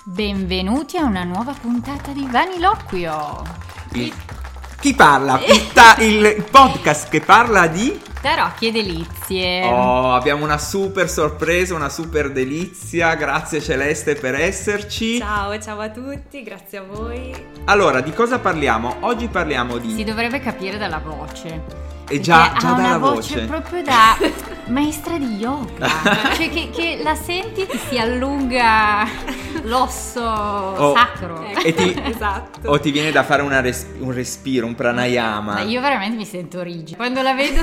Benvenuti a una nuova puntata di Vaniloquio. Chi parla? Il podcast che parla di tarocchi e delizie. Oh, abbiamo una super sorpresa, una super delizia. Grazie Celeste per esserci. Ciao a tutti, grazie a voi. Allora, di cosa parliamo? Oggi parliamo di... Si dovrebbe capire dalla voce. E già dalla una voce proprio da maestra di yoga. Cioè che la senti e ti si allunga l'osso sacro. Esatto. O ti viene da fare un respiro, un pranayama. Ma io veramente mi sento rigida. Quando la vedo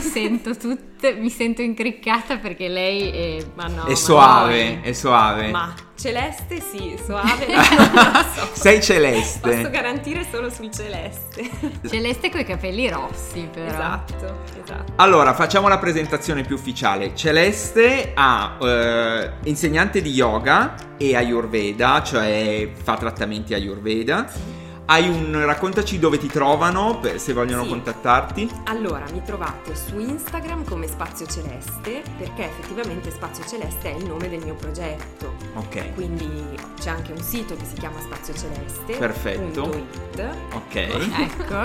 mi sento incriccata perché lei è suave, è suave. Ma celeste sì, suave non lo so. Sei celeste. Posso garantire solo sul celeste. Celeste coi capelli rossi però. Esatto. Allora, facciamo la presentazione più ufficiale. Celeste insegnante di yoga e Ayurveda, cioè fa trattamenti Ayurveda. Sì. Raccontaci dove ti trovano se vogliono contattarti. Allora, mi trovate su Instagram come Spazio Celeste, perché effettivamente Spazio Celeste è il nome del mio progetto. Ok. Quindi c'è anche un sito che si chiama spazioceleste.it. Perfetto. Ok. Ecco,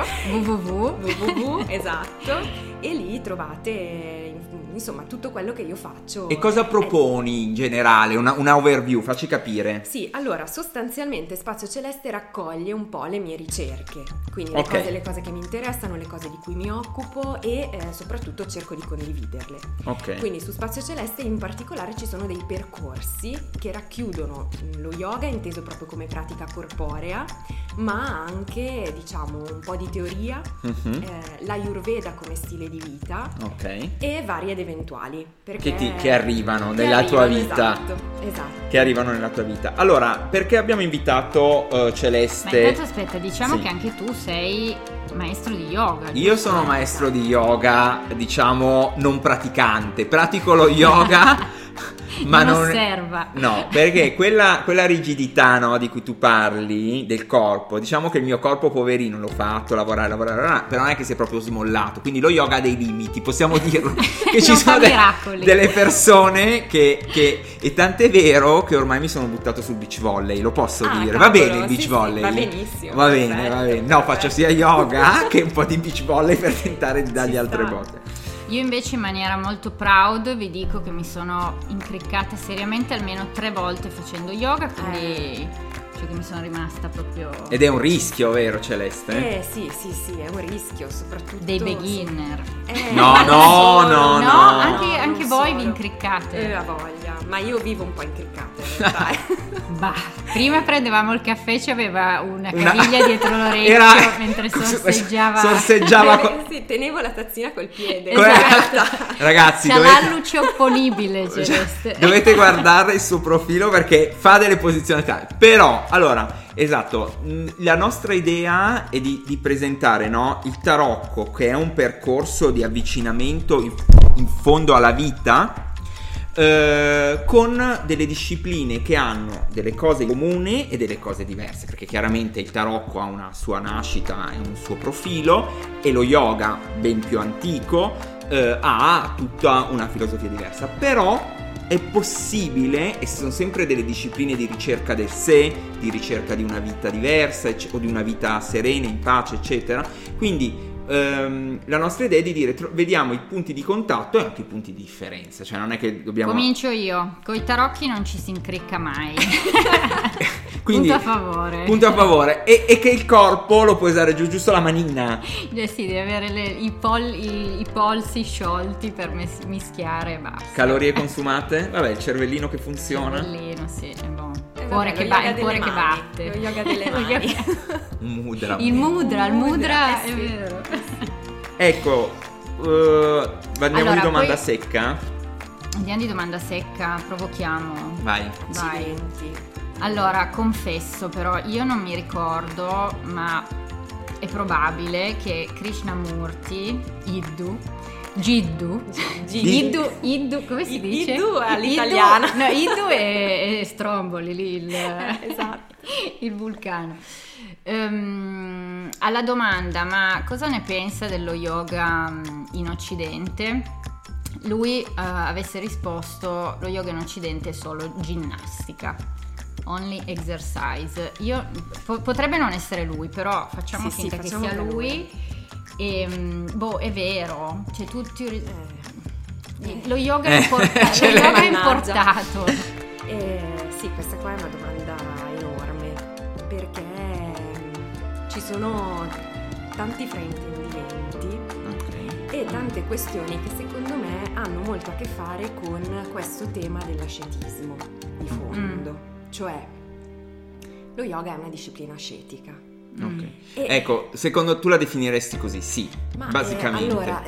www. Esatto. E lì trovate insomma tutto quello che io faccio. E cosa proponi in generale? Una overview, facci capire. Sì, allora sostanzialmente Spazio Celeste raccoglie un po' le mie ricerche, quindi le cose che mi interessano, le cose di cui mi occupo e soprattutto cerco di condividerle. Ok. Quindi su Spazio Celeste in particolare ci sono dei percorsi che racchiudono lo yoga inteso proprio come pratica corporea, ma anche diciamo un po' di teoria, l'Ayurveda come stile di vita, e vari ed eventuali che arrivano nella tua vita. Esatto. Che arrivano nella tua vita. Allora, perché abbiamo invitato Celeste? Ma intanto aspetta, diciamo che anche tu sei maestro di yoga. Io sono maestro di yoga, diciamo non praticante. Pratico lo yoga ma non osserva. No, perché quella rigidità, no, di cui tu parli del corpo, diciamo che il mio corpo poverino l'ho fatto lavorare, però non è che si è proprio smollato. Quindi lo yoga ha dei limiti, possiamo dirlo. Che ci sono delle persone che e tant'è vero che ormai mi sono buttato sul beach volley, lo posso dire. Va bene il beach volley. Va benissimo. Va bene. No, faccio sia yoga che un po' di beach volley per tentare di dargli altre botte. Io invece in maniera molto proud vi dico che mi sono incriccata seriamente almeno 3 volte facendo yoga, quindi cioè che mi sono rimasta proprio... Ed è un rischio, vero Celeste? Sì, è un rischio, soprattutto... Dei beginner. No. Anche voi vi incriccate. La voglia, ma io vivo un po' incriccata in realtà. Bah, prima prendevamo il caffè, c'aveva una caviglia dietro l'orecchio mentre sorseggiava. Sì, tenevo la tazzina col piede. Esatto. Ragazzi, c'ha l'alluce opponibile, Celeste. Dovete guardare il suo profilo perché fa delle posizionalità. Però, allora, esatto, la nostra idea è di presentare, no, il tarocco, che è un percorso di avvicinamento in fondo alla vita, con delle discipline che hanno delle cose comuni e delle cose diverse, perché chiaramente il tarocco ha una sua nascita e un suo profilo, e lo yoga, ben più antico, ha tutta una filosofia diversa. Però è possibile, e sono sempre delle discipline di ricerca del sé, di ricerca di una vita diversa o di una vita serena, in pace, eccetera. Quindi la nostra idea è di dire vediamo i punti di contatto e anche i punti di differenza, cioè non è che dobbiamo... Comincio io, coi tarocchi non ci si incricca mai. Quindi, punto a favore. E che il corpo lo puoi usare giusto la manina. Sì, devi avere i polsi sciolti per mischiare e basta. Calorie consumate? Vabbè, il cervellino che funziona. Il cervellino, sì, è buono. Il cuore che batte. Lo yoga delle mani. Il mudra, è vero. Ecco, andiamo di domanda secca. Andiamo di domanda secca, provochiamo. Vai. Allora, confesso però, io non mi ricordo, ma è probabile che Krishnamurti, Jiddu, come si dice? Jiddu all'italiana. No, Jiddu è Stromboli lì, esatto. Il vulcano. Alla domanda, ma cosa ne pensa dello yoga in Occidente? Lui avesse risposto: lo yoga in Occidente è solo ginnastica. Only exercise. Io potrebbe non essere lui, però facciamo finta che sia lui. E è vero, cioè tutti lo yoga è importato. Sì, questa qua è una domanda enorme, perché ci sono tanti fraintendimenti e tante questioni che secondo me hanno molto a che fare con questo tema dell'ascetismo di fondo. Cioè, lo yoga è una disciplina ascetica. Ok. Ecco, secondo tu la definiresti così? Sì, basicamente. Allora,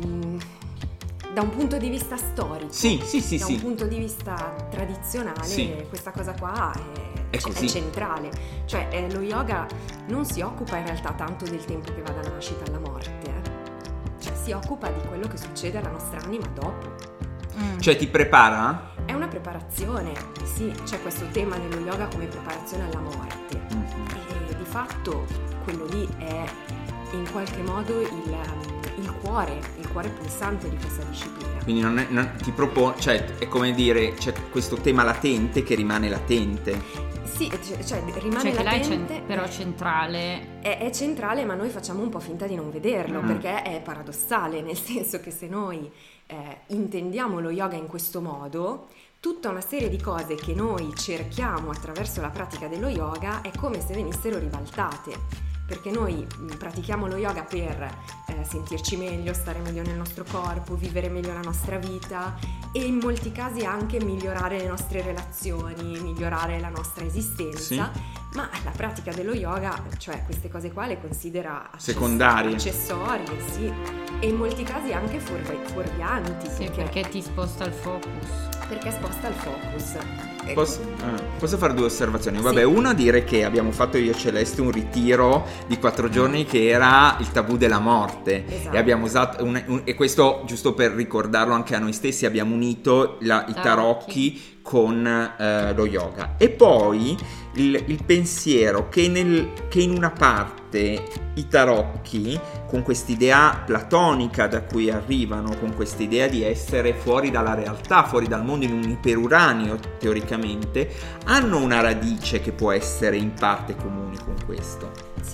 da un punto di vista storico, da un punto di vista tradizionale, questa cosa qua è centrale. Cioè, lo yoga non si occupa in realtà tanto del tempo che va dalla nascita alla morte, cioè si occupa di quello che succede alla nostra anima dopo. Cioè ti prepara? È una preparazione, sì, c'è questo tema dello yoga come preparazione alla morte. E di fatto quello lì è in qualche modo il cuore pulsante di questa disciplina. Quindi non ti propone, cioè è come dire, c'è questo tema latente che rimane latente. Sì, cioè rimane latente, però centrale. È centrale, ma noi facciamo un po' finta di non vederlo, perché è paradossale, nel senso che se noi intendiamo lo yoga in questo modo, tutta una serie di cose che noi cerchiamo attraverso la pratica dello yoga è come se venissero ribaltate. Perché noi pratichiamo lo yoga per sentirci meglio, stare meglio nel nostro corpo, vivere meglio la nostra vita e in molti casi anche migliorare le nostre relazioni, migliorare la nostra esistenza, ma la pratica dello yoga, cioè queste cose qua le considera secondarie, accessorie, sì, e in molti casi anche fuorvianti. Sì, perché ti sposta il focus. Perché sposta il focus. Posso fare due osservazioni? Vabbè, una, dire che abbiamo fatto io e Celeste un ritiro di 4 giorni che era il tabù della morte. Esatto. E abbiamo usato e questo giusto per ricordarlo anche a noi stessi, abbiamo unito i tarocchi con lo yoga. E poi il pensiero che in una parte i tarocchi, con quest'idea platonica da cui arrivano, con quest'idea di essere fuori dalla realtà, fuori dal mondo, in un iperuranio teoricamente, hanno una radice che può essere in parte comune con questo.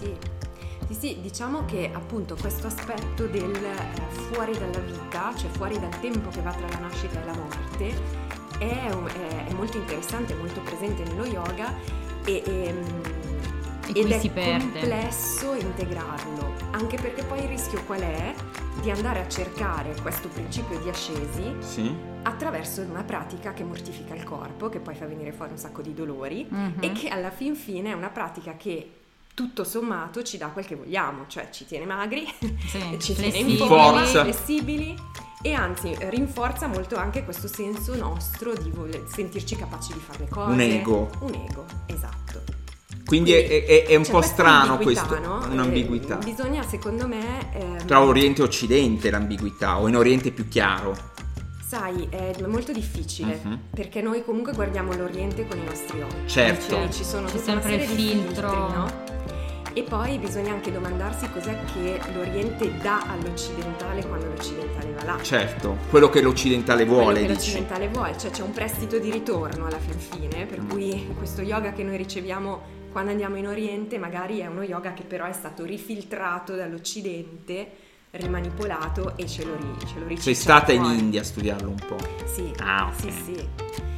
Sì, diciamo che appunto questo aspetto del fuori dalla vita, cioè fuori dal tempo che va tra la nascita e la morte, è molto interessante, molto presente nello yoga ed è complesso integrarlo, anche perché poi il rischio qual è? Di andare a cercare questo principio di ascesi attraverso una pratica che mortifica il corpo, che poi fa venire fuori un sacco di dolori e che alla fin fine è una pratica che tutto sommato ci dà quel che vogliamo, cioè ci tiene magri, ci tiene in forma, flessibili, e anzi rinforza molto anche questo senso nostro di sentirci capaci di fare le cose. Un ego, esatto. Quindi è un po' strano questo, no? Un'ambiguità. Bisogna, secondo me, tra Oriente e Occidente l'ambiguità, o in Oriente è più chiaro? Sai, è molto difficile, perché noi comunque guardiamo l'Oriente con i nostri occhi. Certo. Quindi ci sono c'è sempre il filtro, filtri, no? E poi bisogna anche domandarsi cos'è che l'Oriente dà all'occidentale quando l'occidentale va là. Certo, quello che l'occidentale vuole, quello che l'occidentale vuole, cioè c'è un prestito di ritorno alla fin fine, per cui questo yoga che noi riceviamo quando andiamo in Oriente magari è uno yoga che però è stato rifiltrato dall'Occidente, rimanipolato e ce lo riciccia. Sei stata fuori. in India a studiarlo un po'? Sì, okay. sì.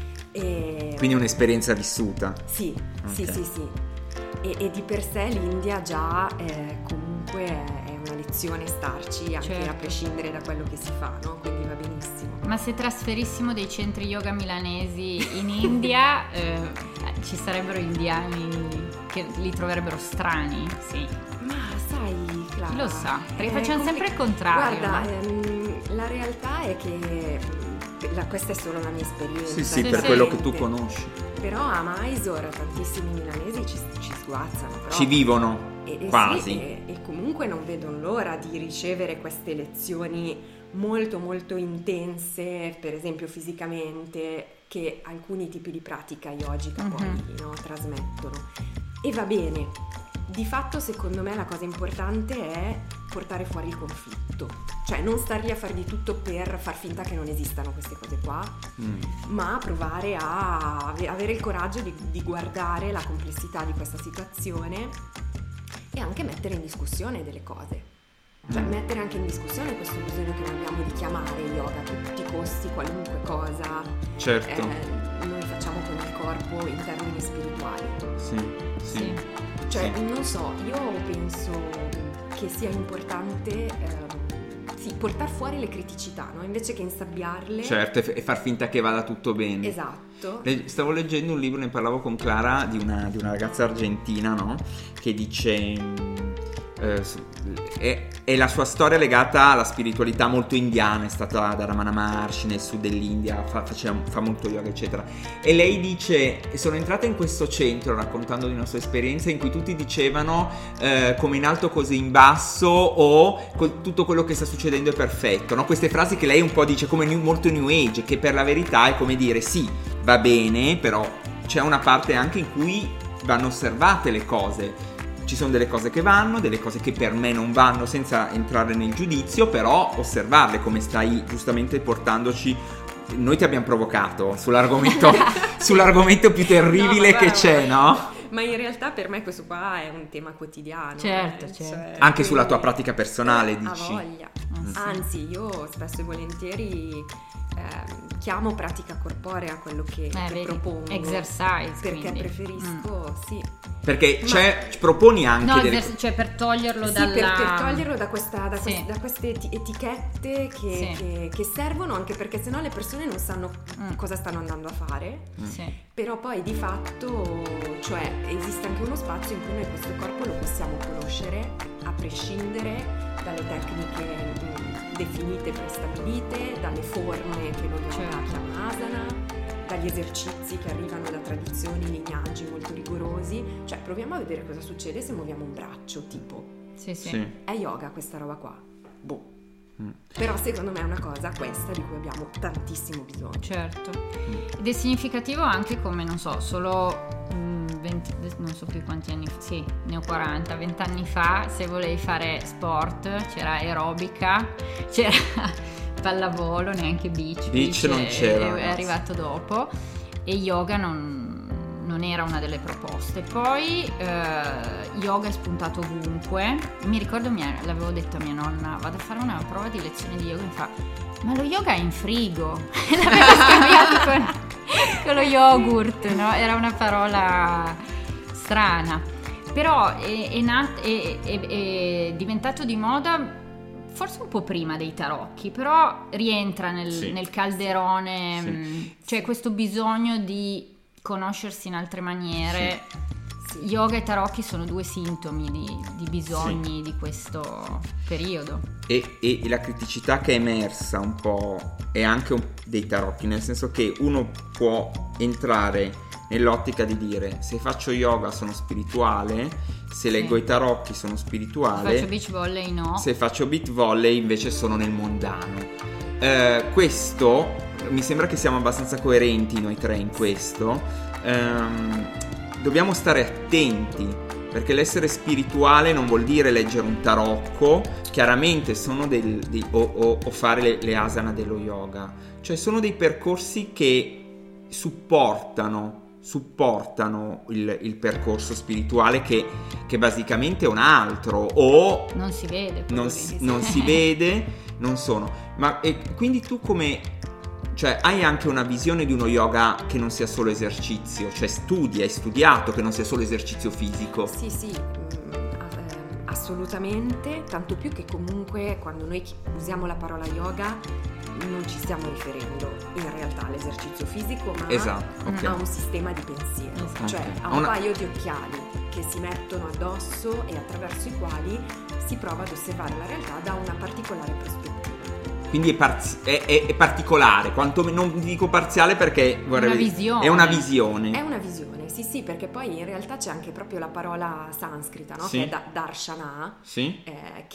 Quindi un'esperienza vissuta? Sì, okay. sì. E di per sé l'India già comunque è una lezione starci, anche a prescindere da quello che si fa, no? Quindi va benissimo. Ma se trasferissimo dei centri yoga milanesi in India, ci sarebbero indiani che li troverebbero strani, sì. Ma sai, Clara, chi lo sa, perché facciamo sempre il contrario. Guarda, la realtà è che questa è solo la mia esperienza. Sì, per quello che tu conosci. Però a Mysore tantissimi milanesi ci sguazzano. Però, ci vivono, quasi. Sì, e comunque non vedono l'ora di ricevere queste lezioni molto molto intense, per esempio fisicamente, che alcuni tipi di pratica yogica poi trasmettono. E va bene. di fatto secondo me la cosa importante è portare fuori il conflitto, cioè non star lì a fare di tutto per far finta che non esistano queste cose qua, ma provare a avere il coraggio di guardare la complessità di questa situazione e anche mettere in discussione delle cose, cioè mettere anche in discussione questo bisogno che abbiamo di chiamare yoga a tutti i costi, qualunque cosa noi facciamo con il corpo in termini spirituali. Sì. Cioè, non so, io penso che sia importante portare fuori le criticità, no? Invece che insabbiarle. Certo, e far finta che vada tutto bene. Esatto. Stavo leggendo un libro, ne parlavo con Clara, di una ragazza argentina, no? Che dice... è la sua storia legata alla spiritualità molto indiana, è stata da Ramana Maharshi nel sud dell'India, fa molto yoga eccetera, e lei dice: sono entrata in questo centro raccontando di una sua esperienza in cui tutti dicevano come in alto così in basso, o tutto quello che sta succedendo è perfetto, no? Queste frasi che lei un po' dice come molto new age, che per la verità è come dire sì, va bene, però c'è una parte anche in cui vanno osservate le cose. Ci sono delle cose che vanno, delle cose che per me non vanno, senza entrare nel giudizio, però osservarle, come stai giustamente portandoci. Noi ti abbiamo provocato sull'argomento più terribile che c'è, no? Ma in realtà per me questo qua è un tema quotidiano. Certo. Cioè, anche sulla tua pratica personale, dici? A voglia. Anzi, io spesso e volentieri chiamo pratica corporea quello che propongo. Exercise. Perché preferisco, sì. Perché proponi anche cioè per toglierlo per toglierlo da queste etichette che servono, anche perché sennò le persone non sanno cosa stanno andando a fare. Però poi di fatto, cioè, esiste anche uno spazio in cui noi questo corpo lo possiamo conoscere a prescindere dalle tecniche definite, prestabilite, dalle forme che lo yoga chiama asana, dagli esercizi che arrivano da tradizioni, lignaggi molto rigorosi. Cioè, proviamo a vedere cosa succede se muoviamo un braccio, tipo. Sì. È yoga questa roba qua? Boh. Però secondo me è una cosa questa di cui abbiamo tantissimo bisogno. Certo. Ed è significativo anche come, non so, solo 20, non so più quanti anni fa, sì, ne ho 40, 20 anni fa, se volevi fare sport c'era aerobica, c'era pallavolo, neanche beach non c'era, è arrivato dopo, e yoga non era una delle proposte. Poi yoga è spuntato ovunque. Mi ricordo, l'avevo detto a mia nonna, vado a fare una prova di lezione di yoga, mi fa: ma lo yoga è in frigo. L'aveva scambiato con lo yogurt, no? Era una parola strana, però è diventato di moda forse un po' prima dei tarocchi, però rientra nel calderone, cioè questo bisogno di conoscersi in altre maniere. Yoga e tarocchi sono due sintomi di bisogni di questo periodo. E la criticità che è emersa un po' è anche dei tarocchi, nel senso che uno può entrare nell'ottica di dire: se faccio yoga sono spirituale, se leggo i tarocchi sono spirituale, se faccio beach volley no, se faccio beach volley invece sono nel mondano. Questo mi sembra che siamo abbastanza coerenti noi tre in questo. Dobbiamo stare attenti, perché l'essere spirituale non vuol dire leggere un tarocco. Chiaramente sono o fare le asana dello yoga, cioè sono dei percorsi che supportano il percorso spirituale che basicamente è un altro, o non si vede, non si vede, non sono. Ma quindi tu come... Cioè hai anche una visione di uno yoga che non sia solo esercizio, cioè hai studiato che non sia solo esercizio fisico. Sì, assolutamente, tanto più che comunque quando noi usiamo la parola yoga non ci stiamo riferendo in realtà all'esercizio fisico, ma a un sistema di pensiero, cioè a un paio di occhiali che si mettono addosso e attraverso i quali si prova ad osservare la realtà da una particolare prospettiva. Quindi è particolare, quantomeno non dico parziale perché è una visione. È una visione. È una visione, sì, perché poi in realtà c'è anche proprio la parola sanscrita, no? Che è darshana, che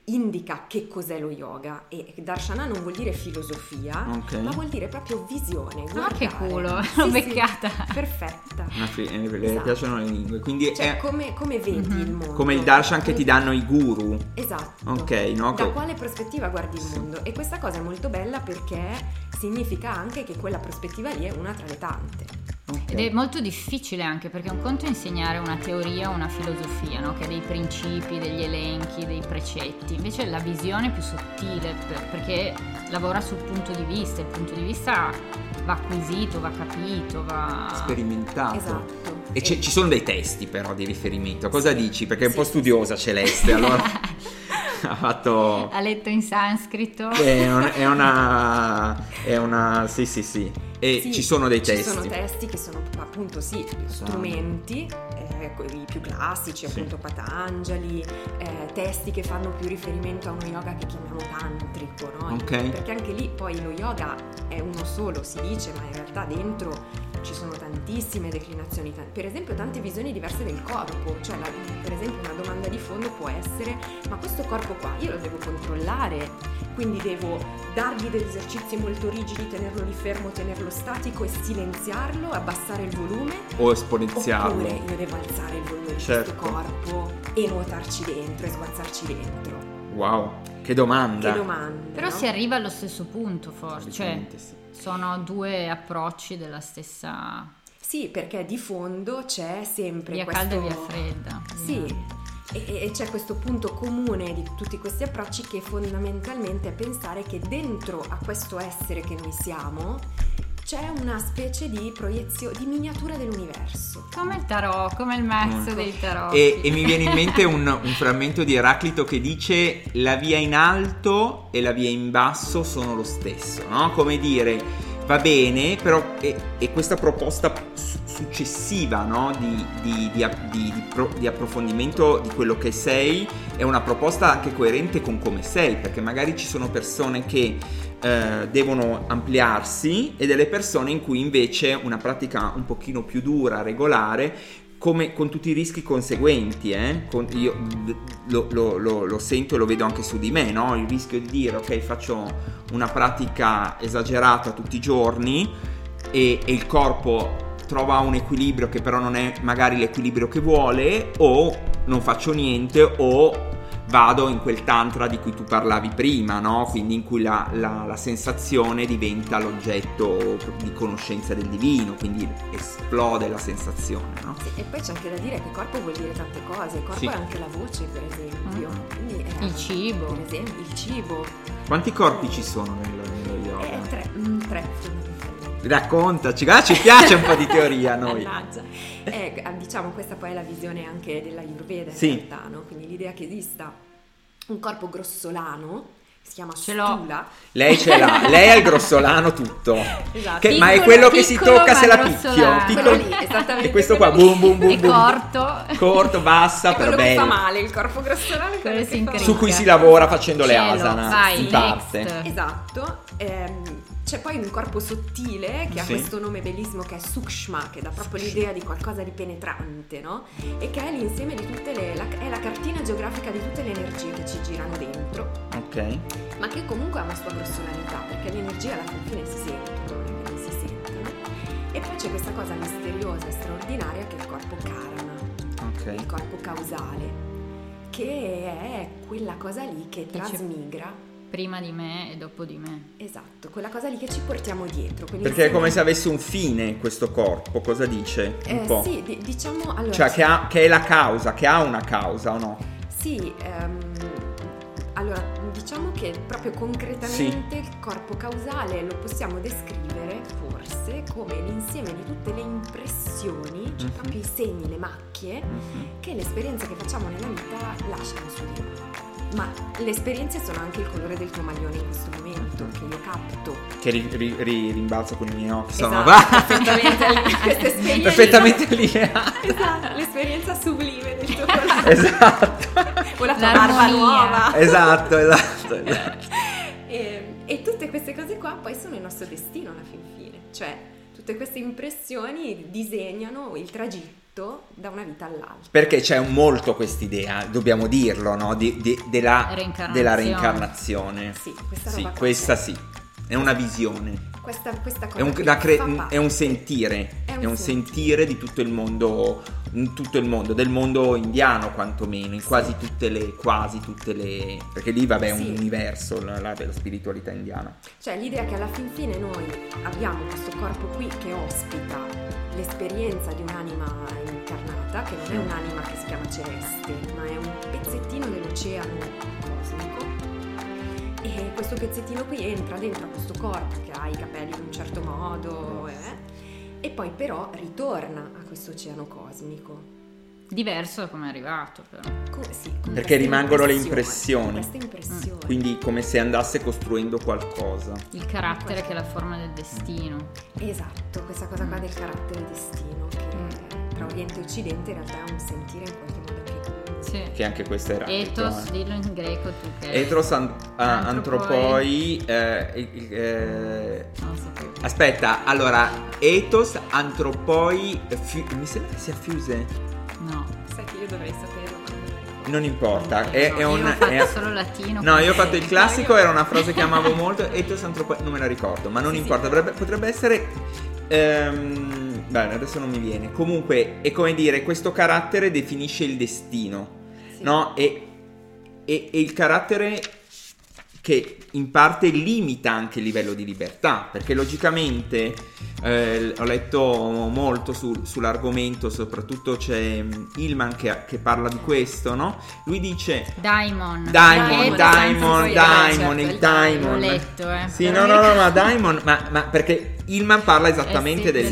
indica che cos'è lo yoga, e Darshana non vuol dire filosofia, ma vuol dire proprio visione, guardare. Che culo, l'ho beccata. Sì, perfetta. Le piacciono le lingue, quindi cioè, come vedi il mondo, come il darshan che ti danno i guru. Esatto. No? Da quale prospettiva guardi il mondo, e questa cosa è molto bella perché significa anche che quella prospettiva lì è una tra le tante. Ed è molto difficile anche, perché un conto è insegnare una teoria, una filosofia, no? Che ha dei principi, degli elenchi, dei precetti. Invece la visione è più sottile, perché lavora sul punto di vista. Il punto di vista va acquisito, va capito, va sperimentato. Esatto. E ci sono dei testi però di riferimento. Cosa dici? Perché è un po' studiosa Celeste, allora ha letto in sanscrito. È una sì. E ci sono dei testi. Ci sono testi che sono appunto strumenti, i più classici, appunto Patanjali, testi che fanno più riferimento a uno yoga che chiamiamo tantrico, no? Perché anche lì poi lo yoga è uno solo, si dice, ma in realtà dentro ci sono tantissime declinazioni, per esempio tante visioni diverse del corpo. Cioè per esempio una domanda di fondo può essere: ma questo corpo qua io lo devo controllare, quindi devo dargli degli esercizi molto rigidi, tenerlo lì fermo, tenerlo statico e silenziarlo, abbassare il volume, o esponenziarlo, oppure io devo alzare il volume di questo corpo e nuotarci dentro e sguazzarci dentro? Wow, che domanda. Però no? Si arriva allo stesso punto, forse, cioè sì. Sono due approcci della stessa. Sì, perché di fondo c'è sempre via calda e via fredda. Sì, e c'è questo punto comune di tutti questi approcci, che fondamentalmente è pensare che dentro a questo essere che noi siamo c'è una specie di proiezione, di miniatura dell'universo. Come il tarot, come il mazzo dei tarot. E mi viene in mente un frammento di Eraclito che dice: la via in alto e la via in basso sono lo stesso, no? Come dire, va bene, però e questa proposta successiva, no? di approfondimento di quello che sei è una proposta anche coerente con come sei, perché magari ci sono persone che devono ampliarsi e delle persone in cui invece una pratica un pochino più dura, regolare, come con tutti i rischi conseguenti, io lo sento e lo vedo anche su di me, no? Il rischio di dire: ok, faccio una pratica esagerata tutti i giorni e il corpo trova un equilibrio che però non è magari l'equilibrio che vuole, o non faccio niente, o vado in quel tantra di cui tu parlavi prima, no? Quindi in cui la sensazione diventa l'oggetto di conoscenza del divino, quindi esplode la sensazione, no? Sì, e poi c'è anche da dire che corpo vuol dire tante cose. Il corpo è anche la voce, per esempio. Quindi il cibo. Per esempio, il cibo. Quanti corpi ci sono nello yoga? Tre. Raccontaci, ci piace un po' di teoria a noi. Diciamo, questa poi è la visione anche dell'Ayurveda, in realtà, no? Quindi l'idea che esista un corpo grossolano, si chiama stula. Lei ce l'ha, lei è il grossolano tutto. Esatto. Piccolo, ma è quello che si tocca se la picchio. Piccolo lì, esattamente. E questo qua, boom boom boom. È corto, bassa, però bello. Quello che fa male, il corpo grossolano è quello che fa su cui si lavora facendo le asana. Vai, in parte. Esatto. C'è poi un corpo sottile che ha questo nome bellissimo che è Sukshma, che dà proprio l'idea di qualcosa di penetrante, no? E che è l'insieme di tutte è la cartina geografica di tutte le energie che ci girano dentro. Ok. Ma che comunque ha una sua grossolanità, perché le energie alla fine si sentono, non si sentono. E poi c'è questa cosa misteriosa e straordinaria che è il corpo karana, il corpo causale, che è quella cosa lì che trasmigra prima di me e dopo di me. Esatto, quella cosa lì che ci portiamo dietro. Perché è come se avesse un fine questo corpo, cosa dice? Un po'. Sì, diciamo allora. Cioè che è la causa, che ha una causa o no? Sì, allora diciamo che proprio concretamente il corpo causale lo possiamo descrivere forse come l'insieme di tutte le impressioni, cioè proprio i segni, le macchie che le esperienze che facciamo nella vita lasciano su di noi. Ma le esperienze sono anche il colore del tuo maglione in questo momento, che io capto. Che rimbalzo con i miei occhi. Esatto, perfettamente lineare. Esatto, l'esperienza sublime del tuo colore. Esatto. O la tua barba nuova. Esatto. E tutte queste cose qua poi sono il nostro destino alla fin fine. Cioè, Tutte queste impressioni disegnano il tragitto da una vita all'altra. Perché c'è molto quest'idea, dobbiamo dirlo, no? Della reincarnazione. Sì, questa sì, è una visione. Questa cosa è un sentire, è un sentire di tutto il mondo, del mondo indiano quantomeno, in quasi tutte le, perché lì vabbè è un universo la spiritualità indiana. Cioè l'idea che alla fin fine noi abbiamo questo corpo qui che ospita l'esperienza di un'anima incarnata, che non è un'anima che si chiama celeste, ma è un pezzettino dell'oceano cosmico. E questo pezzettino qui entra dentro a questo corpo che ha i capelli in un certo modo e poi però ritorna a questo oceano cosmico. Diverso da come è arrivato però. Perché rimangono le impressioni. Queste impressioni. Quindi come se andasse costruendo qualcosa. Il carattere che è la forma del destino. Esatto, questa cosa qua del carattere destino che tra Oriente e Occidente in realtà è un sentire in qualche modo che anche questo era ethos, dillo in greco tu che ethos antropoi aspetta, allora ethos antropoi mi sembra che sia fuse. No, sai che io dovrei saperlo, non importa, io ho fatto solo latino. No, io ho fatto il classico, era una frase che amavo molto, ethos antropoi, non me la ricordo, ma non importa, potrebbe essere bene, adesso non mi viene. Comunque è come dire, questo carattere definisce il destino, no? E il carattere che in parte limita anche il livello di libertà, perché logicamente ho letto molto sull'argomento, soprattutto c'è Hillman che parla di questo, no? Lui dice Daimon, il daimon. L'ho letto, Sì, no, ma daimon, ma perché Hillman parla esattamente del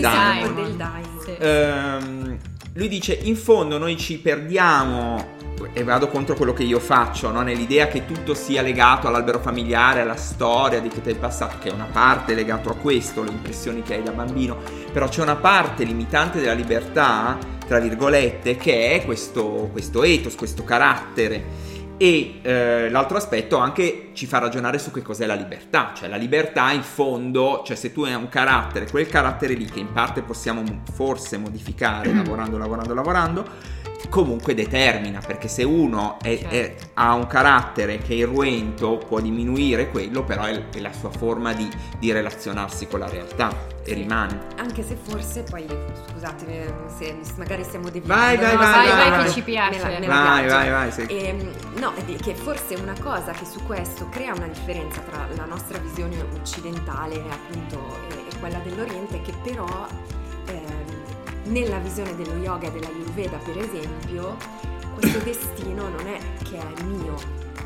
daimon. Lui dice, in fondo noi ci perdiamo, e vado contro quello che io faccio, no? Nell'idea che tutto sia legato all'albero familiare, alla storia di che te è passato, che è una parte legato a questo, le impressioni che hai da bambino, però c'è una parte limitante della libertà, tra virgolette, che è questo ethos, questo carattere. E l'altro aspetto anche ci fa ragionare su che cos'è la libertà, cioè la libertà in fondo, cioè se tu hai un carattere, quel carattere lì che in parte possiamo forse modificare lavorando, comunque determina, perché se uno ha un carattere che è irruento può diminuire quello, però è la sua forma di relazionarsi con la realtà e rimane. Anche se forse poi, scusatemi se magari stiamo vai che ci piace. Vai. Sì. No, è che forse una cosa che su questo crea una differenza tra la nostra visione occidentale appunto e quella dell'Oriente, che però nella visione dello yoga e dell'Ayurveda, per esempio, questo destino non è che è mio,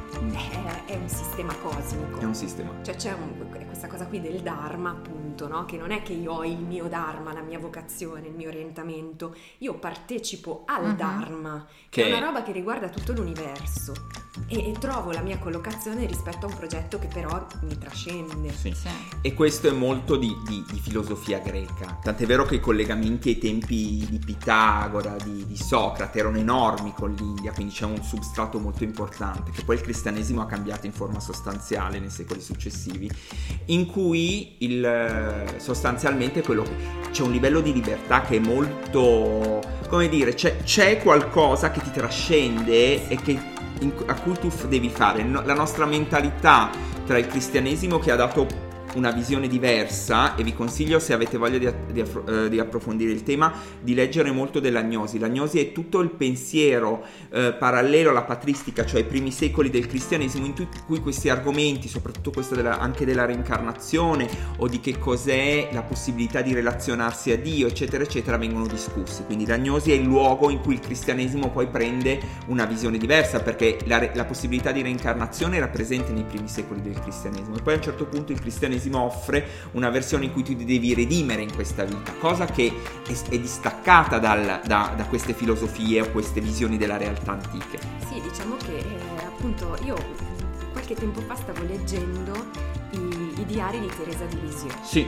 è un sistema cosmico. È un sistema. Cioè c'è questa cosa qui del Dharma, appunto, no? Che non è che io ho il mio Dharma, la mia vocazione, il mio orientamento. Io partecipo al Dharma, che è una roba che riguarda tutto l'universo. E trovo la mia collocazione rispetto a un progetto che però mi trascende. Sì. E questo è molto di filosofia greca. Tant'è vero che i collegamenti ai tempi di Pitagora, di Socrate erano enormi con l'India, quindi c'è un substrato molto importante che poi il cristianesimo ha cambiato in forma sostanziale nei secoli successivi, in cui sostanzialmente c'è un livello di libertà che è molto, come dire, c'è qualcosa che ti trascende e a cui tu devi fare. La nostra mentalità tra il cristianesimo, che ha dato una visione diversa, e vi consiglio, se avete voglia di approfondire il tema, di leggere molto dell'agnosi. L'agnosi è tutto il pensiero parallelo alla patristica, cioè i primi secoli del cristianesimo, in cui questi argomenti, soprattutto questo anche della reincarnazione o di che cos'è la possibilità di relazionarsi a Dio, eccetera eccetera, vengono discussi. Quindi l'agnosi è il luogo in cui il cristianesimo poi prende una visione diversa, perché la possibilità di reincarnazione era presente nei primi secoli del cristianesimo, e poi a un certo punto il cristianesimo offre una versione in cui tu ti devi redimere in questa vita, cosa che è distaccata da queste filosofie o queste visioni della realtà antiche. Sì, diciamo che appunto io qualche tempo fa stavo leggendo i diari di Teresa di Lisieux. Sì.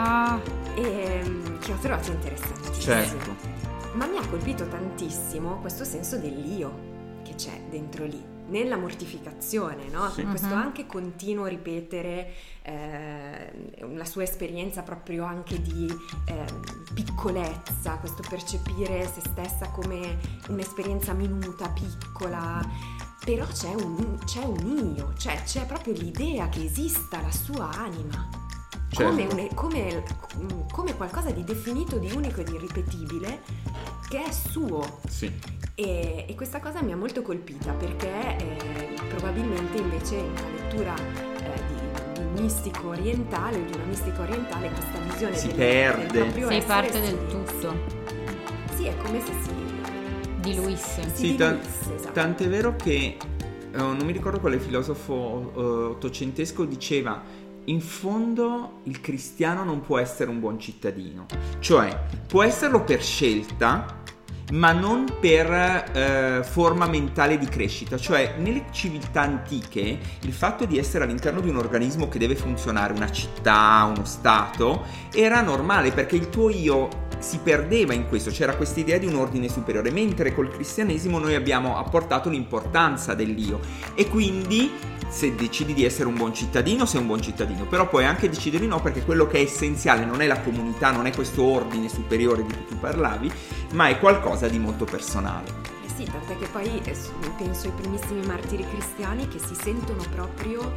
E che ho trovato interessantissimo. Certo. Ma mi ha colpito tantissimo questo senso dell'io. che c'è dentro lì, nella mortificazione, no? Sì. Questo anche continuo ripetere la sua esperienza proprio anche di piccolezza, questo percepire se stessa come un'esperienza minuta, piccola, però c'è un io, cioè c'è proprio l'idea che esista la sua anima. Certo. Come qualcosa di definito, di unico e di irripetibile, che è suo. Sì. E questa cosa mi ha molto colpita, perché probabilmente invece in una lettura di un mistico orientale o di una mistica orientale questa visione Si del perde. proprio Sei essere parte del tutto. Sì, è come se si Diluisse. Sì, diluisse, esatto. tant'è vero che non mi ricordo quale filosofo ottocentesco diceva: in fondo il cristiano non può essere un buon cittadino, cioè può esserlo per scelta ma non per forma mentale di crescita. Cioè nelle civiltà antiche il fatto di essere all'interno di un organismo che deve funzionare, una città, uno stato, era normale, perché il tuo io si perdeva in questo, c'era questa idea di un ordine superiore, mentre col cristianesimo noi abbiamo apportato l'importanza dell'io, e quindi se decidi di essere un buon cittadino, sei un buon cittadino, però puoi anche decidere di no, perché quello che è essenziale non è la comunità, non è questo ordine superiore di cui tu parlavi, ma è qualcosa di molto personale. Sì, tant'è che poi penso ai primissimi martiri cristiani che si sentono proprio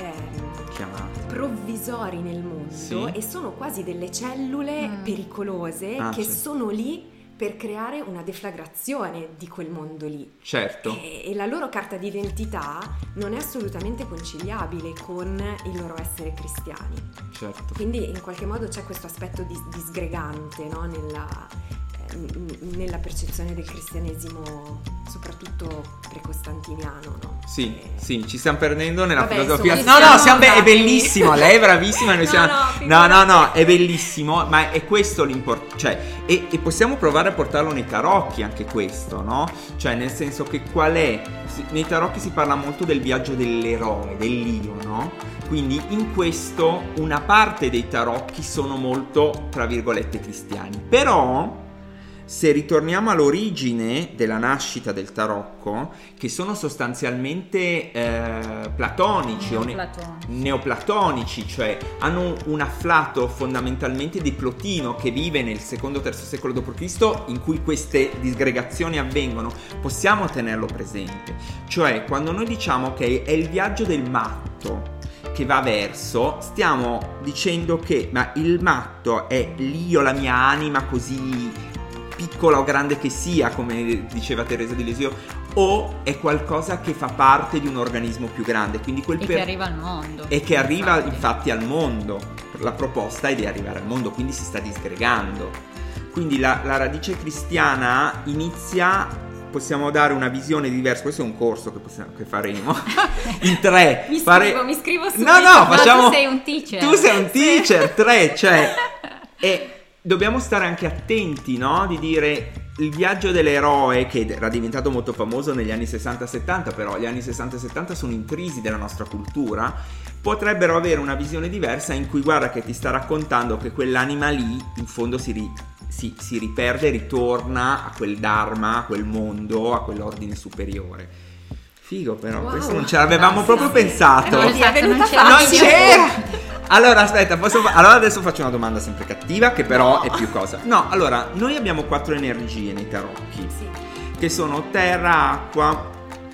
provvisori nel mondo, Sì. e sono quasi delle cellule pericolose che sì. sono lì per creare una deflagrazione di quel mondo lì. Certo. E la loro carta d'identità non è assolutamente conciliabile con il loro essere cristiani. Certo. Quindi in qualche modo c'è questo aspetto disgregante, no? Nella percezione del cristianesimo, soprattutto precostantiniano, no? Sì, sì, ci stiamo perdendo nella Vabbè, filosofia. insomma, È bellissimo, lei è bravissima, noi siamo... figurati. No, è bellissimo, ma è questo l'importante, cioè, e possiamo provare a portarlo nei tarocchi anche questo, no? Cioè, nel senso che nei tarocchi si parla molto del viaggio dell'eroe, dell'io, no? Quindi in questo una parte dei tarocchi sono molto, tra virgolette, cristiani, però se ritorniamo all'origine della nascita del tarocco, che sono sostanzialmente platonici o neoplatonici, cioè hanno un afflato fondamentalmente di Plotino, che vive nel secondo-III secolo d.C., in cui queste disgregazioni avvengono, possiamo tenerlo presente. Cioè, quando noi diciamo che è il viaggio del matto che va verso, stiamo dicendo che ma il matto è l'io, la mia anima, così piccola o grande che sia, come diceva Teresa di Lisieux, o è qualcosa che fa parte di un organismo più grande, quindi che arriva al mondo, e che arriva infatti al mondo. La proposta è di arrivare al mondo, quindi si sta disgregando. Quindi la radice cristiana inizia, possiamo dare una visione diversa. Questo è un corso che faremo in 3. Mi scrivo subito. No, facciamo. Tu sei un teacher. Tu sei un teacher, 3, cioè. E dobbiamo stare anche attenti, no? Di dire il viaggio dell'eroe, che era diventato molto famoso negli anni 60-70, però gli anni 60-70 sono intrisi della nostra cultura, potrebbero avere una visione diversa in cui guarda che ti sta raccontando che quell'anima lì in fondo si riperde e ritorna a quel dharma, a quel mondo, a quell'ordine superiore. Figo, però questo non ce l'avevamo proprio pensato. Non è venuta Non facile. c'era. Allora aspetta, allora adesso faccio una domanda sempre cattiva, che però è più cosa. No, allora, noi abbiamo 4 energie nei tarocchi, Sì. che sono terra, acqua,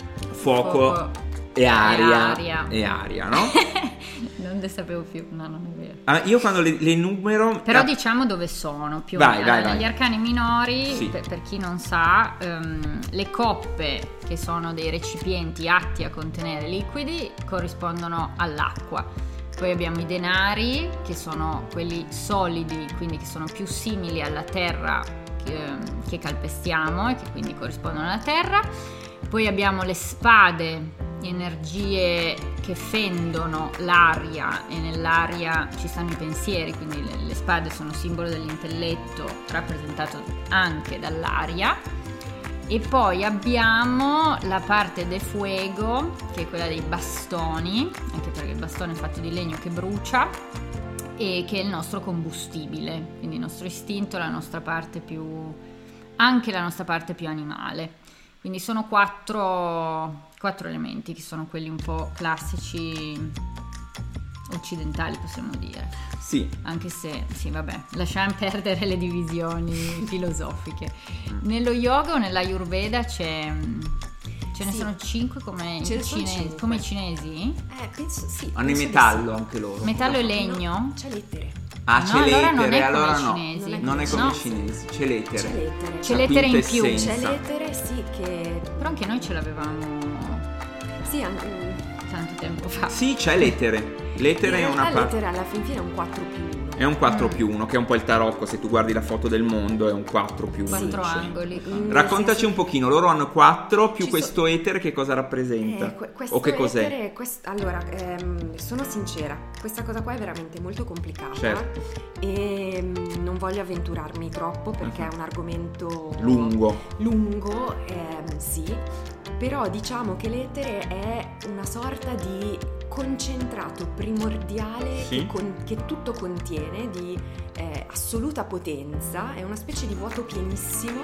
fuoco e aria. E aria, no? Non ne sapevo più, no, non è vero. Io quando le numero... Però diciamo dove sono, più o Vai, meno. vai. Negli arcani minori, Sì. per chi non sa, le coppe, che sono dei recipienti atti a contenere liquidi, corrispondono all'acqua. Poi abbiamo i denari, che sono quelli solidi, quindi che sono più simili alla terra che calpestiamo e che quindi corrispondono alla terra. Poi abbiamo le spade, energie che fendono l'aria, e nell'aria ci stanno i pensieri, quindi le spade sono simbolo dell'intelletto, rappresentato anche dall'aria. E poi abbiamo la parte de fuego, che è quella dei bastoni, anche perché il bastone è fatto di legno che brucia, e che è il nostro combustibile, quindi il nostro istinto, anche la nostra parte più animale. Quindi sono quattro elementi che sono quelli un po' classici occidentali, possiamo dire. Sì. Anche se, sì, vabbè, lasciamo perdere le divisioni filosofiche. Nello yoga o nell'Ayurveda ce ne sono 5 come i cinesi? Penso sì. Hanno il metallo anche loro. Metallo e legno? C'è l'etere. Ah, c'è l'etere, allora no. Cinesi. Non è come i cinesi, c'è l'etere. C'è l'etere in più. C'è l'etere, sì, che... Però anche noi ce l'avevamo sì, anche... tanto tempo fa. Sì, c'è l'etere. L'etere è una parte. L'etere alla fin fine è un 4+1. È un 4+1, che è un po' il tarocco. Se tu guardi la foto del mondo è un 4+1. 4 angoli. Raccontaci un pochino, loro hanno 4 più questo etere, che cosa rappresenta? Questo o che cos'è? Allora, sono sincera, questa cosa qua è veramente molto complicata. Certo. E non voglio avventurarmi troppo perché è un argomento lungo, sì. Però diciamo che l'etere è una sorta di concentrato primordiale, sì, che tutto contiene, di assoluta potenza, è una specie di vuoto pienissimo.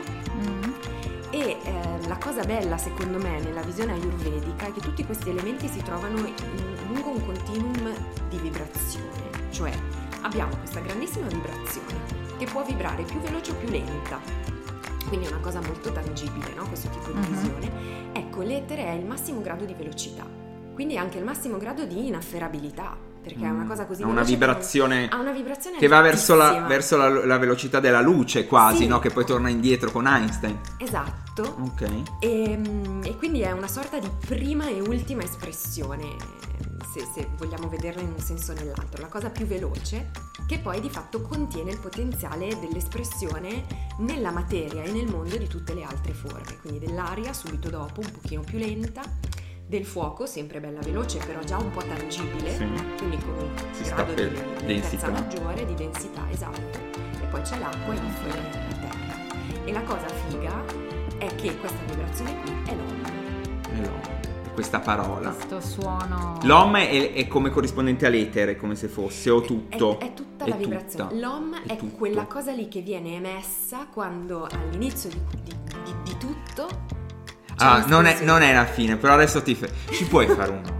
E la cosa bella secondo me nella visione ayurvedica è che tutti questi elementi si trovano lungo un continuum di vibrazione, cioè abbiamo questa grandissima vibrazione che può vibrare più veloce o più lenta, quindi è una cosa molto tangibile, no? Questo tipo di visione. Ecco, l'etere è il massimo grado di velocità, quindi anche il massimo grado di inafferrabilità, perché è una cosa così una vibrazione ha una vibrazione che va verso la velocità della luce quasi, sì, no? Che poi torna indietro con Einstein. Esatto. Ok. E quindi è una sorta di prima e ultima espressione, se vogliamo vederla in un senso o nell'altro, la cosa più veloce che poi di fatto contiene il potenziale dell'espressione nella materia e nel mondo di tutte le altre forme, quindi dell'aria subito dopo un pochino più lenta, del fuoco sempre bella veloce però già un po' tangibile, sì, quindi con un grado di lentezza maggiore, di densità, esatto, e poi c'è l'acqua e infine la terra. E la cosa figa è che questa vibrazione qui è l'Om. Questa parola, questo suono, l'Om è come corrispondente all'etere, come se fosse, o tutto è tutta la vibrazione. L'Om è quella cosa lì che viene emessa quando all'inizio di tutto non è la fine, però adesso ci puoi fare uno.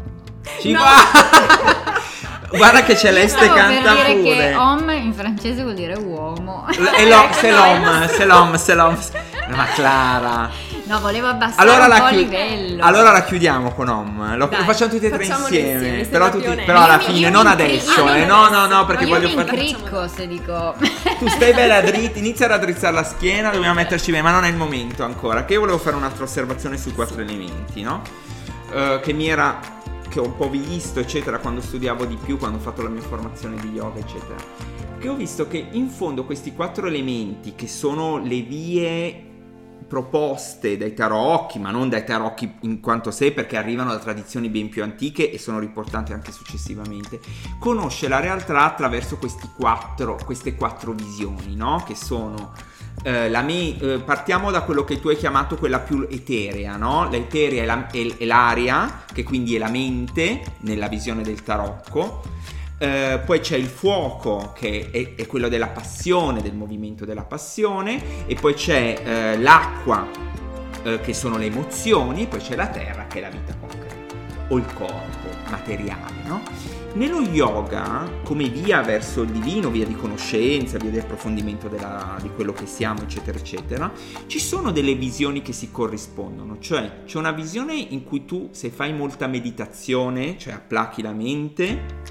Guarda che Celeste canta per dire pure che Om in francese vuol dire uomo. C'est l'homme. Ma Clara, no, volevo abbassare un po' il livello. Allora la chiudiamo con Om. Lo facciamo tutti e tre insieme. Però alla fine, non adesso. No, perché voglio fare. Io mi incricco se dico. Tu stai bella dritta, inizia a raddrizzare la schiena, dobbiamo metterci bene, ma non è il momento ancora. Che io volevo fare un'altra osservazione sui 4 elementi, no? Che ho un po' visto, eccetera, quando studiavo di più, quando ho fatto la mia formazione di yoga, eccetera. Che ho visto che in fondo questi 4 elementi, che sono le vie proposte dai tarocchi, ma non dai tarocchi in quanto sé, perché arrivano da tradizioni ben più antiche e sono riportate anche successivamente, conosce la realtà attraverso queste 4 visioni, no? Che sono partiamo da quello che tu hai chiamato quella più eterea, no? L'eterea è l'aria, che quindi è la mente nella visione del tarocco. Poi c'è il fuoco, che è quello della passione, del movimento della passione, e poi c'è l'acqua, che sono le emozioni, e poi c'è la terra, che è la vita concreta o il corpo materiale, no? Nello yoga, come via verso il divino, via di conoscenza, via di approfondimento di quello che siamo, eccetera eccetera, ci sono delle visioni che si corrispondono. Cioè c'è una visione in cui tu, se fai molta meditazione, cioè applacchi la mente,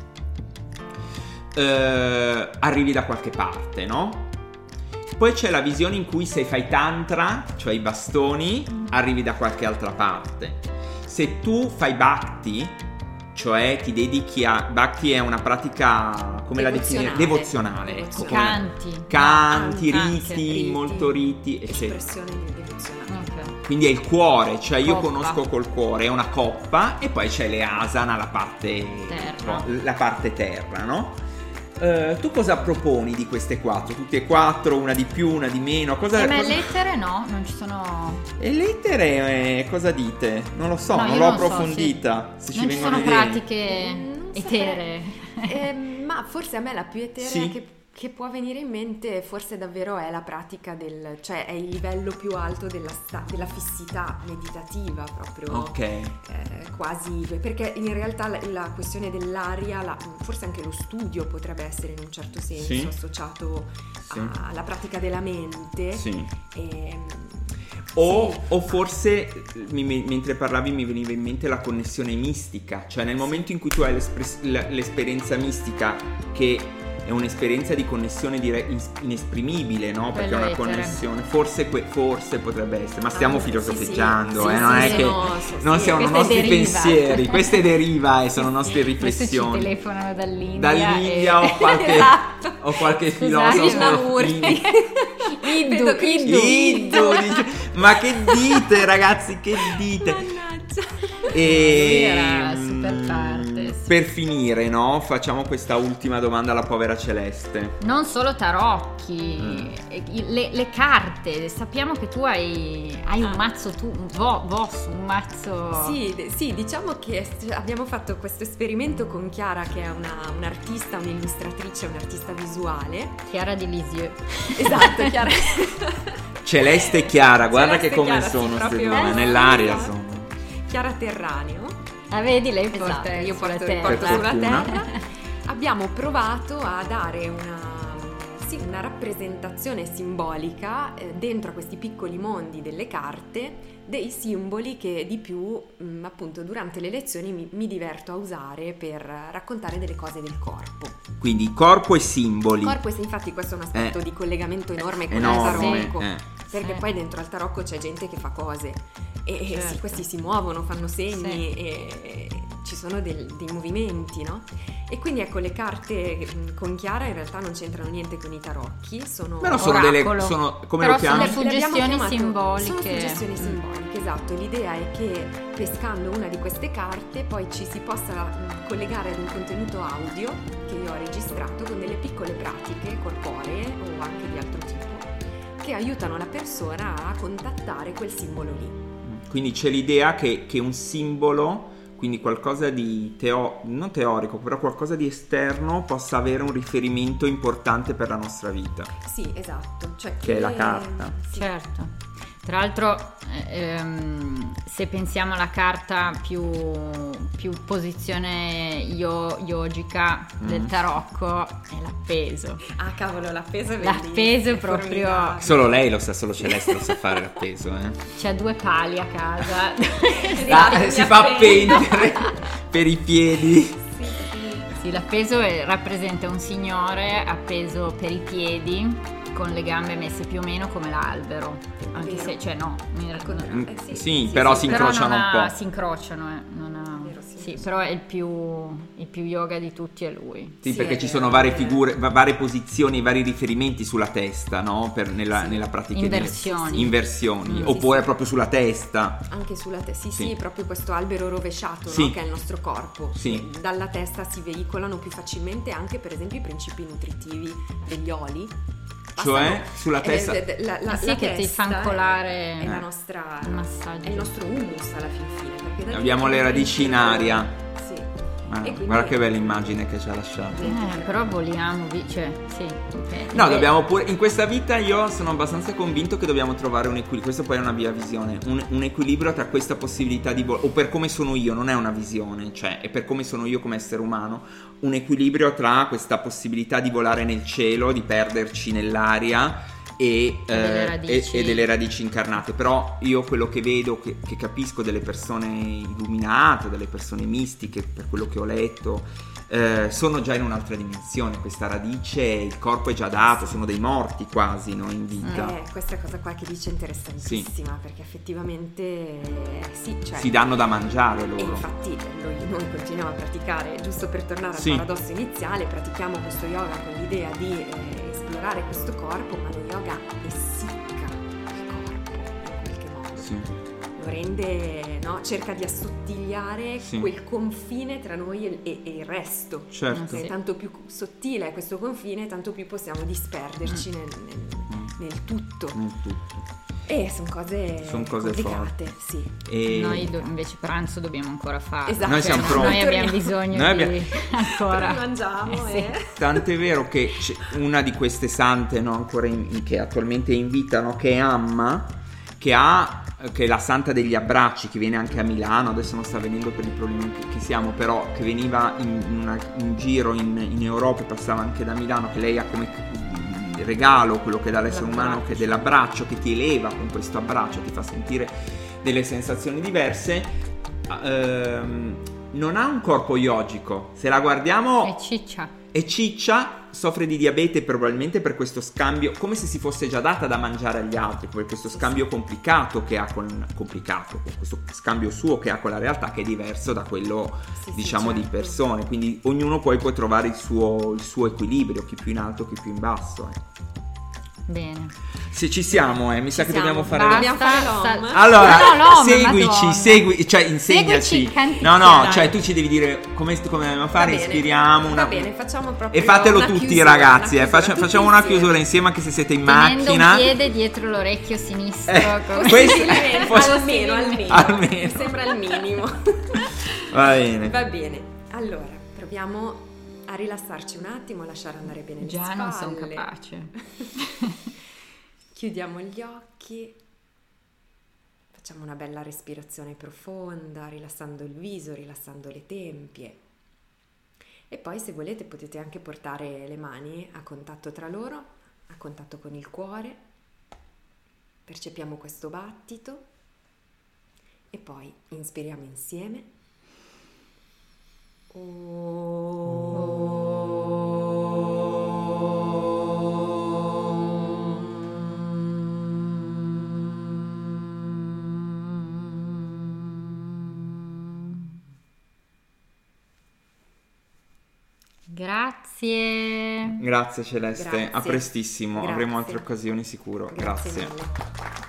arrivi da qualche parte, no? Poi c'è la visione in cui, se fai tantra, cioè i bastoni, arrivi da qualche altra parte. Se tu fai bhakti, cioè ti dedichi a... Bhakti è una pratica, come la definire? Devozionale. Ecco, canti, riti, molto riti, eccetera. Espressione devozionale. Okay. Quindi è il cuore, cioè io conosco col cuore, è una coppa, e poi c'è le asana, la parte terra, no? Tu cosa proponi di queste 4? Tutte e 4, una di più, una di meno? Ma l'etere no, non ci sono. E l'etere cosa dite? Non lo so, non l'ho approfondita. Se non ci sono pratiche eteree. Ma forse a me la più eterea che che può venire in mente forse davvero è la pratica cioè è il livello più alto della fissità meditativa proprio. Ok. Quasi, perché in realtà la questione dell'aria, forse anche lo studio potrebbe essere in un certo senso associato alla pratica della mente. Sì. O forse mentre parlavi mi veniva in mente la connessione mistica, cioè nel momento in cui tu hai l'esperienza mistica, che è un'esperienza di connessione inesprimibile, no? Perché è una connessione, forse potrebbe essere, ma stiamo filosofeggiando, non è che non siano nostri pensieri, queste deriva e sono nostre riflessioni. Ci telefonano dall'India o qualche filosofo. Indo, dice, ma che dite ragazzi, che dite? Mannaggia. Era super parte. Per finire, no? Facciamo questa ultima domanda alla povera Celeste. Non solo tarocchi, le carte. Sappiamo che tu hai un mazzo, un mazzo. Sì, diciamo che abbiamo fatto questo esperimento con Chiara, che è un'artista, un'illustratrice, un'artista visuale. Chiara di Lisieux. Esatto, Chiara. Celeste e Chiara, guarda Celeste che come Chiara, sono sì, queste proprio due, nell'aria sono. Chiara Terraneo. Vedi, lei Esatto, porta io sulla porto terra. sulla terra. Abbiamo provato a dare una rappresentazione simbolica dentro a questi piccoli mondi delle carte, dei simboli che di più appunto durante le lezioni mi diverto a usare per raccontare delle cose del corpo. Quindi corpo e simboli. Infatti questo è un aspetto di collegamento enorme con il tarocco, perché poi dentro al tarocco c'è gente che fa cose e certo. Questi si muovono, fanno segni e ci sono dei movimenti, no? E quindi ecco, le carte con Chiara in realtà non c'entrano niente con i tarocchi, sono come però lo chiami? sono suggestioni simboliche. Sono suggestioni simboliche, esatto. L'idea è che pescando una di queste carte poi ci si possa collegare ad un contenuto audio che io ho registrato con delle piccole pratiche corporee o anche di altro tipo che aiutano la persona a contattare quel simbolo lì. Quindi c'è l'idea che un simbolo, quindi qualcosa di non teorico, però qualcosa di esterno, possa avere un riferimento importante per la nostra vita. Sì, esatto. Cioè che è la carta. Sì. Certo. Tra l'altro, se pensiamo alla carta più posizione yogica del tarocco, è l'appeso. Ah, cavolo, l'appeso è l'appeso proprio. Solo lei lo sa, solo Celeste lo sa fare l'appeso, C'ha 2 pali a casa. Si fa appendere per i piedi. Sì, l'appeso rappresenta un signore appeso per i piedi, con le gambe messe più o meno come l'albero, anche se, cioè no, sì, però si incrociano un po'. Si incrociano, sì, però è il più yoga di tutti è lui. Sì, perché ci sono varie figure, varie posizioni, vari riferimenti sulla testa, no? Nella pratica. Inversioni. Oppure proprio sulla testa. Anche sulla testa, sì, proprio questo albero rovesciato, sì. No? Che è il nostro corpo. Sì. Dalla testa si veicolano più facilmente anche per esempio i principi nutritivi degli oli. Cioè sulla testa la che ti fa ancolare è la nostra il massaggio, è il nostro humus alla fin fine, abbiamo le radici in aria. Sì. Quindi... guarda che bella immagine che ci ha lasciato. Però voliamo, cioè sì. No, dobbiamo pure in questa vita io sono abbastanza convinto che dobbiamo trovare un equilibrio. Questo poi è una mia visione, un equilibrio tra questa possibilità di volare, o per come sono io, non è una visione, cioè è per come sono io come essere umano, un equilibrio tra questa possibilità di volare nel cielo, di perderci nell'aria e delle radici incarnate. Però io quello che vedo, che capisco delle persone illuminate, delle persone mistiche, per quello che ho letto, sono già in un'altra dimensione. Questa radice, il corpo è già dato, sono dei morti quasi, no? In vita. Questa cosa qua che dice è interessantissima, perché effettivamente cioè, si danno da mangiare loro. E infatti noi continuiamo a praticare, giusto per tornare al paradosso iniziale, pratichiamo questo yoga con l'idea di esplorare questo corpo, ma lo yoga essicca il corpo in qualche modo. Lo rende, no? Cerca di assottigliare quel confine tra noi e il resto. Certo. Tanto più sottile è questo confine, tanto più possiamo disperderci nel tutto. E sono cose complicate, forti. Sì. E... Noi invece pranzo dobbiamo ancora fare. Esatto. Noi siamo pronti. Noi abbiamo bisogno di ancora. Mangiamo, sì. Tant'è vero che una di queste sante, no, ancora che attualmente è in vita, no, che è Amma, che è la santa degli abbracci, che viene anche a Milano, adesso non sta venendo per il problema che siamo, però che veniva in giro in Europa e passava anche da Milano, che lei ha come regalo quello che dà l'essere umano, che è dell'abbraccio, che ti eleva con questo abbraccio, ti fa sentire delle sensazioni diverse. Non ha un corpo yogico, se la guardiamo è ciccia, soffre di diabete probabilmente per questo scambio, come se si fosse già data da mangiare agli altri, per questo scambio complicato che ha con questo scambio suo che ha con la realtà, che è diverso da quello certo. Di persone, quindi ognuno poi può trovare il suo equilibrio, chi più in alto, chi più in basso. Bene. Se ci siamo, mi sa che dobbiamo fare l'om. Allora, segui, cioè insegnaci. No, cioè tu ci devi dire come dobbiamo fare, ispiriamo. Va bene, facciamo proprio. E fatelo una tutti, chiusura, ragazzi. Facciamo una chiusura insieme, anche se siete in tenendo macchina. un piede dietro l'orecchio sinistro. Almeno. Mi sembra il minimo. Va bene. Va bene. Allora, proviamo a rilassarci un attimo, a lasciare andare bene le spalle. Già non sono capace. Chiudiamo gli occhi, facciamo una bella respirazione profonda, rilassando il viso, rilassando le tempie. E poi, se volete, potete anche portare le mani a contatto tra loro, a contatto con il cuore. Percepiamo questo battito e poi inspiriamo insieme. Grazie Celeste, a prestissimo. Avremo altre occasioni sicuro. Grazie. Mille.